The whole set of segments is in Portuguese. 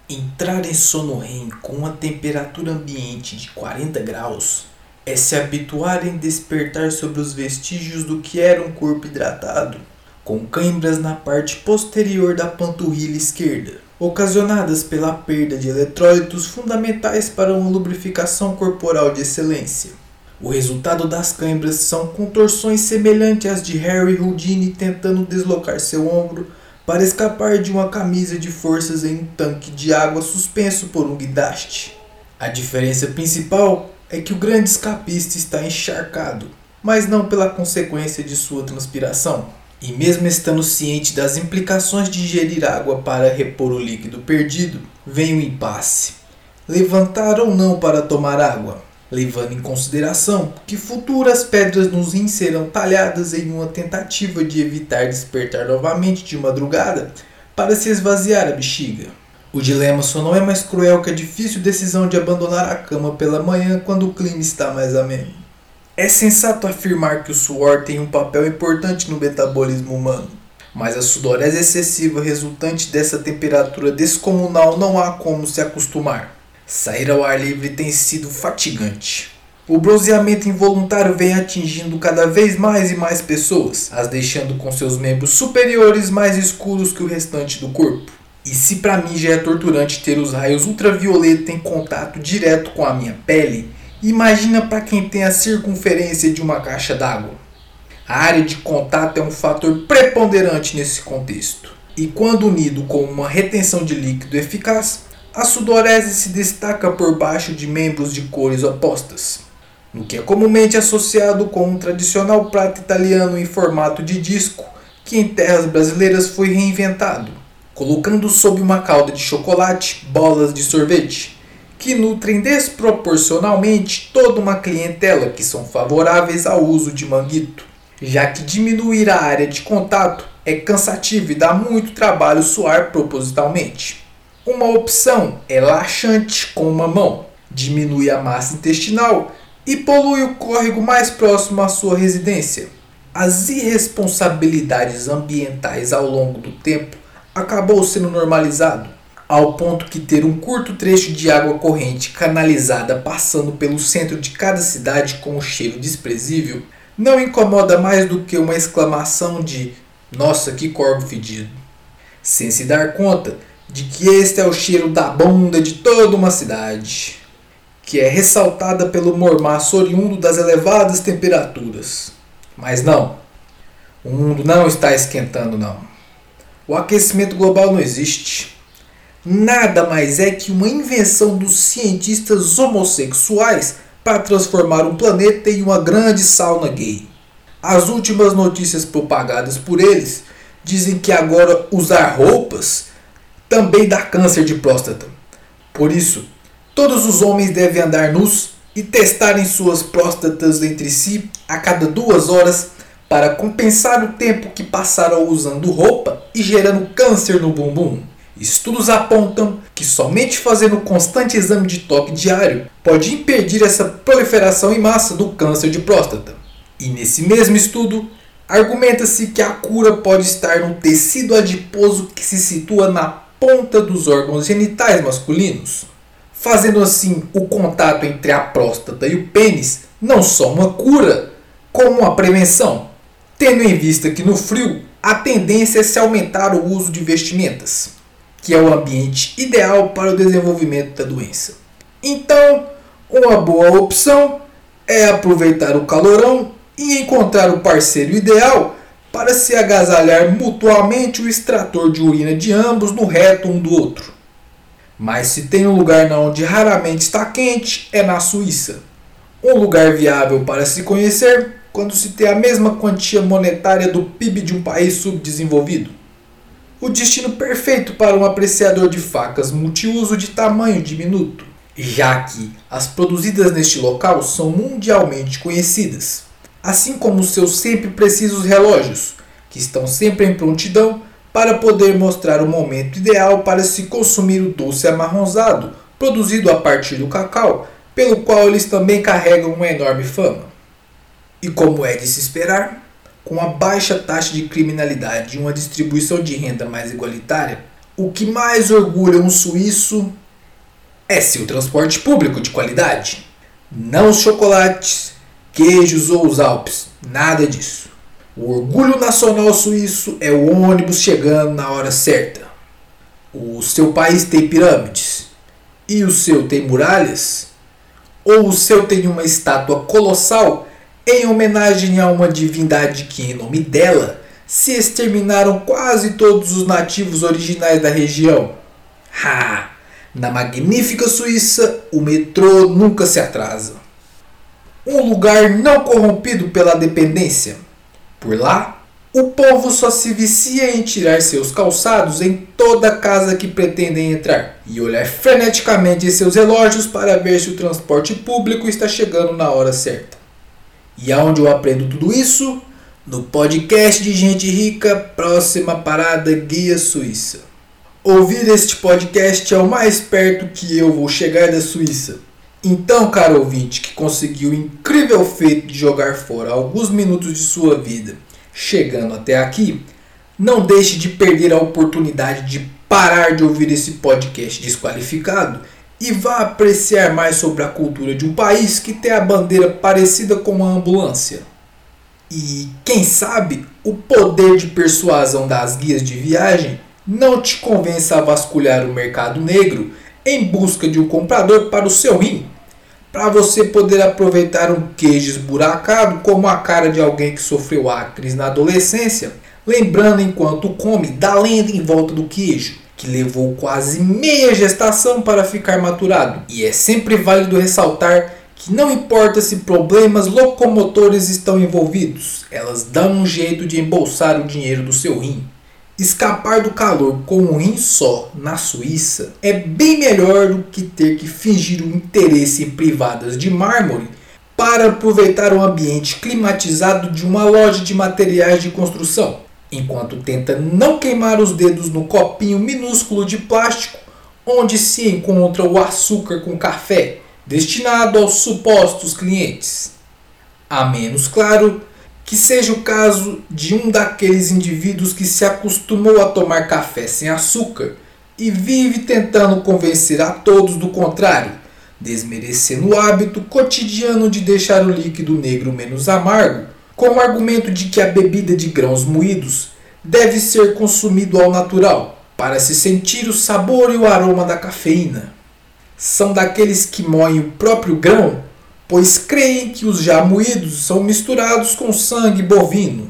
Entrar em sono REM com uma temperatura ambiente de 40 graus é se habituar em despertar sobre os vestígios do que era um corpo hidratado, com câimbras na parte posterior da panturrilha esquerda, ocasionadas pela perda de eletrólitos fundamentais para uma lubrificação corporal de excelência. O resultado das câimbras são contorções semelhantes às de Harry Houdini tentando deslocar seu ombro para escapar de uma camisa de forças em um tanque de água suspenso por um guindaste. A diferença principal é que o grande escapista está encharcado, mas não pela consequência de sua transpiração. E mesmo estando ciente das implicações de ingerir água para repor o líquido perdido, vem o impasse. Levantar ou não para tomar água, levando em consideração que futuras pedras nos rins serão talhadas em uma tentativa de evitar despertar novamente de madrugada para se esvaziar a bexiga. O dilema só não é mais cruel que a difícil decisão de abandonar a cama pela manhã quando o clima está mais ameno. É sensato afirmar que o suor tem um papel importante no metabolismo humano, mas a sudorese excessiva resultante dessa temperatura descomunal não há como se acostumar. Sair ao ar livre tem sido fatigante. O bronzeamento involuntário vem atingindo cada vez mais e mais pessoas, as deixando com seus membros superiores mais escuros que o restante do corpo. E se para mim já é torturante ter os raios ultravioleta em contato direto com a minha pele, imagina para quem tem a circunferência de uma caixa d'água. A área de contato é um fator preponderante nesse contexto. E quando unido com uma retenção de líquido eficaz, a sudorese se destaca por baixo de membros de cores opostas, no que é comumente associado com um tradicional prato italiano em formato de disco que em terras brasileiras foi reinventado, colocando sob uma calda de chocolate bolas de sorvete, que nutrem desproporcionalmente toda uma clientela que são favoráveis ao uso de manguito, já que diminuir a área de contato é cansativo e dá muito trabalho suar propositalmente. Uma opção é laxante com uma mão, diminui a massa intestinal e polui o córrego mais próximo à sua residência. As irresponsabilidades ambientais ao longo do tempo acabou sendo normalizado, ao ponto que ter um curto trecho de água corrente canalizada passando pelo centro de cada cidade com um cheiro desprezível não incomoda mais do que uma exclamação de "Nossa, que corvo fedido!", sem se dar conta de que este é o cheiro da bunda de toda uma cidade, que é ressaltada pelo mormaço oriundo das elevadas temperaturas. Mas não, o mundo não está esquentando não. O aquecimento global não existe. Nada mais é que uma invenção dos cientistas homossexuais para transformar um planeta em uma grande sauna gay. As últimas notícias propagadas por eles dizem que agora usar roupas também dá câncer de próstata. Por isso, todos os homens devem andar nus e testarem suas próstatas entre si a cada 2 horas para compensar o tempo que passaram usando roupa e gerando câncer no bumbum. Estudos apontam que somente fazendo um constante exame de toque diário pode impedir essa proliferação em massa do câncer de próstata. E nesse mesmo estudo, argumenta-se que a cura pode estar no tecido adiposo que se situa na ponta dos órgãos genitais masculinos, fazendo assim o contato entre a próstata e o pênis não só uma cura, como uma prevenção, tendo em vista que no frio a tendência é se aumentar o uso de vestimentas, que é o ambiente ideal para o desenvolvimento da doença. Então, uma boa opção é aproveitar o calorão e encontrar o parceiro ideal para se agasalhar mutuamente o extrator de urina de ambos no reto um do outro. Mas se tem um lugar onde raramente está quente, é na Suíça. Um lugar viável para se conhecer quando se tem a mesma quantia monetária do PIB de um país subdesenvolvido. O destino perfeito para um apreciador de facas multiuso de tamanho diminuto, já que as produzidas neste local são mundialmente conhecidas, assim como seus sempre precisos relógios, que estão sempre em prontidão para poder mostrar o momento ideal para se consumir o doce amarronzado, produzido a partir do cacau, pelo qual eles também carregam uma enorme fama. E como é de se esperar, com a baixa taxa de criminalidade e uma distribuição de renda mais igualitária, O que mais orgulha um suíço é seu transporte público de qualidade. Não os chocolates, queijos ou os Alpes, nada disso. O orgulho nacional suíço é o ônibus chegando na hora certa. O seu país tem pirâmides? E o seu tem muralhas? Ou o seu tem uma estátua colossal em homenagem a uma divindade que, em nome dela, se exterminaram quase todos os nativos originais da região? Na magnífica Suíça, o metrô nunca se atrasa. Um lugar não corrompido pela dependência. Por lá, o povo só se vicia em tirar seus calçados em toda casa que pretendem entrar e olhar freneticamente em seus relógios para ver se o transporte público está chegando na hora certa. E aonde eu aprendo tudo isso? No podcast de Gente Rica, Próxima Parada Guia Suíça. Ouvir este podcast é o mais perto que eu vou chegar da Suíça. Então, caro ouvinte que conseguiu o incrível feito de jogar fora alguns minutos de sua vida, chegando até aqui, não deixe de perder a oportunidade de parar de ouvir esse podcast desqualificado e vá apreciar mais sobre a cultura de um país que tem a bandeira parecida com uma ambulância. E, quem sabe, o poder de persuasão das guias de viagem não te convença a vasculhar o mercado negro em busca de um comprador para o seu rim, para você poder aproveitar um queijo esburacado como a cara de alguém que sofreu acres na adolescência, lembrando enquanto come da lenda em volta do queijo, que levou quase meia gestação para ficar maturado. E é sempre válido ressaltar que não importa se problemas locomotores estão envolvidos, elas dão um jeito de embolsar o dinheiro do seu rim. Escapar do calor com um rim só na Suíça é bem melhor do que ter que fingir um interesse em privadas de mármore para aproveitar o ambiente climatizado de uma loja de materiais de construção, enquanto tenta não queimar os dedos no copinho minúsculo de plástico onde se encontra o açúcar com café destinado aos supostos clientes. A menos, claro, que seja o caso de um daqueles indivíduos que se acostumou a tomar café sem açúcar e vive tentando convencer a todos do contrário, desmerecendo o hábito cotidiano de deixar o líquido negro menos amargo, com o argumento de que a bebida de grãos moídos deve ser consumido ao natural, para se sentir o sabor e o aroma da cafeína. São daqueles que moem o próprio grão, pois creem que os já moídos são misturados com sangue bovino.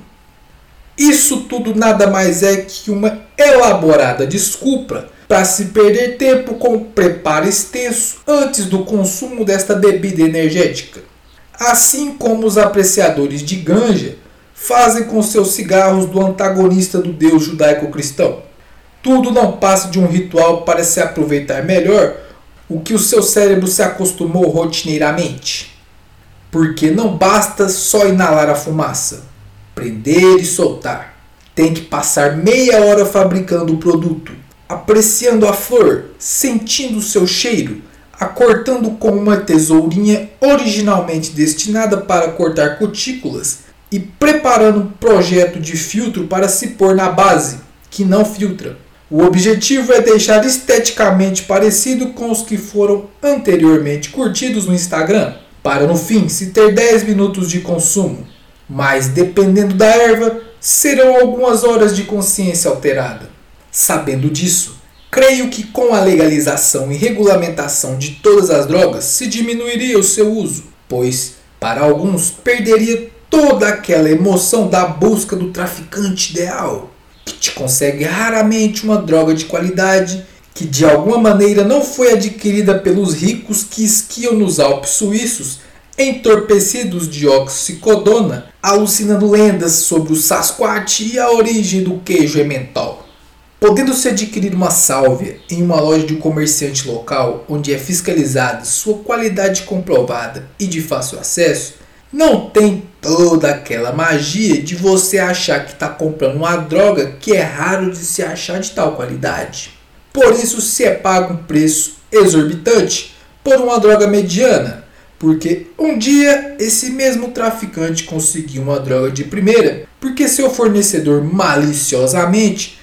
Isso tudo nada mais é que uma elaborada desculpa para se perder tempo com o preparo extenso antes do consumo desta bebida energética. Assim como os apreciadores de ganja fazem com seus cigarros do antagonista do Deus judaico-cristão. Tudo não passa de um ritual para se aproveitar melhor o que o seu cérebro se acostumou rotineiramente. Porque não basta só inalar a fumaça, prender e soltar. Tem que passar meia hora fabricando o produto, apreciando a flor, sentindo o seu cheiro, a cortando com uma tesourinha originalmente destinada para cortar cutículas e preparando um projeto de filtro para se pôr na base, que não filtra. O objetivo é deixar esteticamente parecido com os que foram anteriormente curtidos no Instagram, para no fim se ter 10 minutos de consumo, mas dependendo da erva, serão algumas horas de consciência alterada. Sabendo disso, creio que com a legalização e regulamentação de todas as drogas se diminuiria o seu uso, pois, para alguns, perderia toda aquela emoção da busca do traficante ideal, que te consegue raramente uma droga de qualidade que de alguma maneira não foi adquirida pelos ricos que esquiam nos Alpes suíços, entorpecidos de oxicodona, alucinando lendas sobre o Sasquatch e a origem do queijo emmental. Podendo-se adquirir uma sálvia em uma loja de um comerciante local onde é fiscalizada sua qualidade comprovada e de fácil acesso, não tem toda aquela magia de você achar que está comprando uma droga que é raro de se achar de tal qualidade. Por isso se é pago um preço exorbitante por uma droga mediana, porque um dia esse mesmo traficante conseguiu uma droga de primeira porque seu fornecedor maliciosamente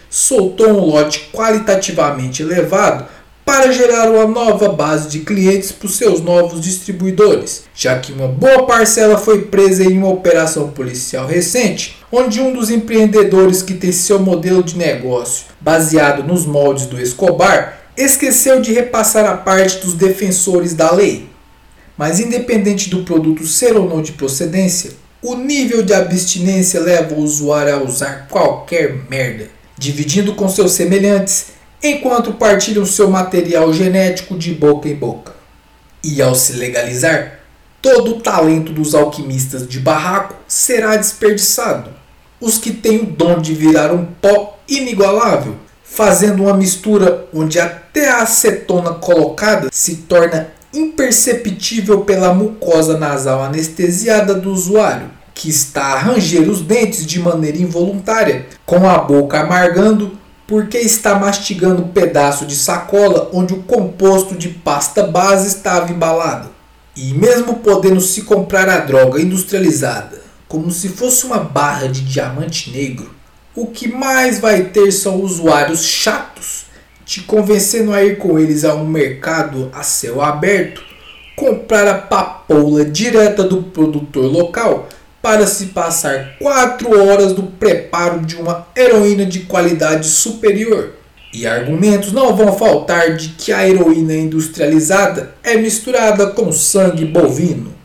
soltou um lote qualitativamente elevado para gerar uma nova base de clientes para os seus novos distribuidores, já que uma boa parcela foi presa em uma operação policial recente, onde um dos empreendedores que tem seu modelo de negócio baseado nos moldes do Escobar esqueceu de repassar a parte dos defensores da lei. Mas independente do produto ser ou não de procedência, o nível de abstinência leva o usuário a usar qualquer merda, dividindo com seus semelhantes, enquanto partilham seu material genético de boca em boca. E ao se legalizar, todo o talento dos alquimistas de barraco será desperdiçado. Os que têm o dom de virar um pó inigualável, fazendo uma mistura onde até a acetona colocada se torna imperceptível pela mucosa nasal anestesiada do usuário, que está a ranger os dentes de maneira involuntária, com a boca amargando porque está mastigando um pedaço de sacola onde o composto de pasta base estava embalado. E mesmo podendo se comprar a droga industrializada como se fosse uma barra de diamante negro, o que mais vai ter são usuários chatos te convencendo a ir com eles a um mercado a céu aberto, comprar a papoula direta do produtor local para se passar 4 horas do preparo de uma heroína de qualidade superior. E argumentos não vão faltar de que a heroína industrializada é misturada com sangue bovino.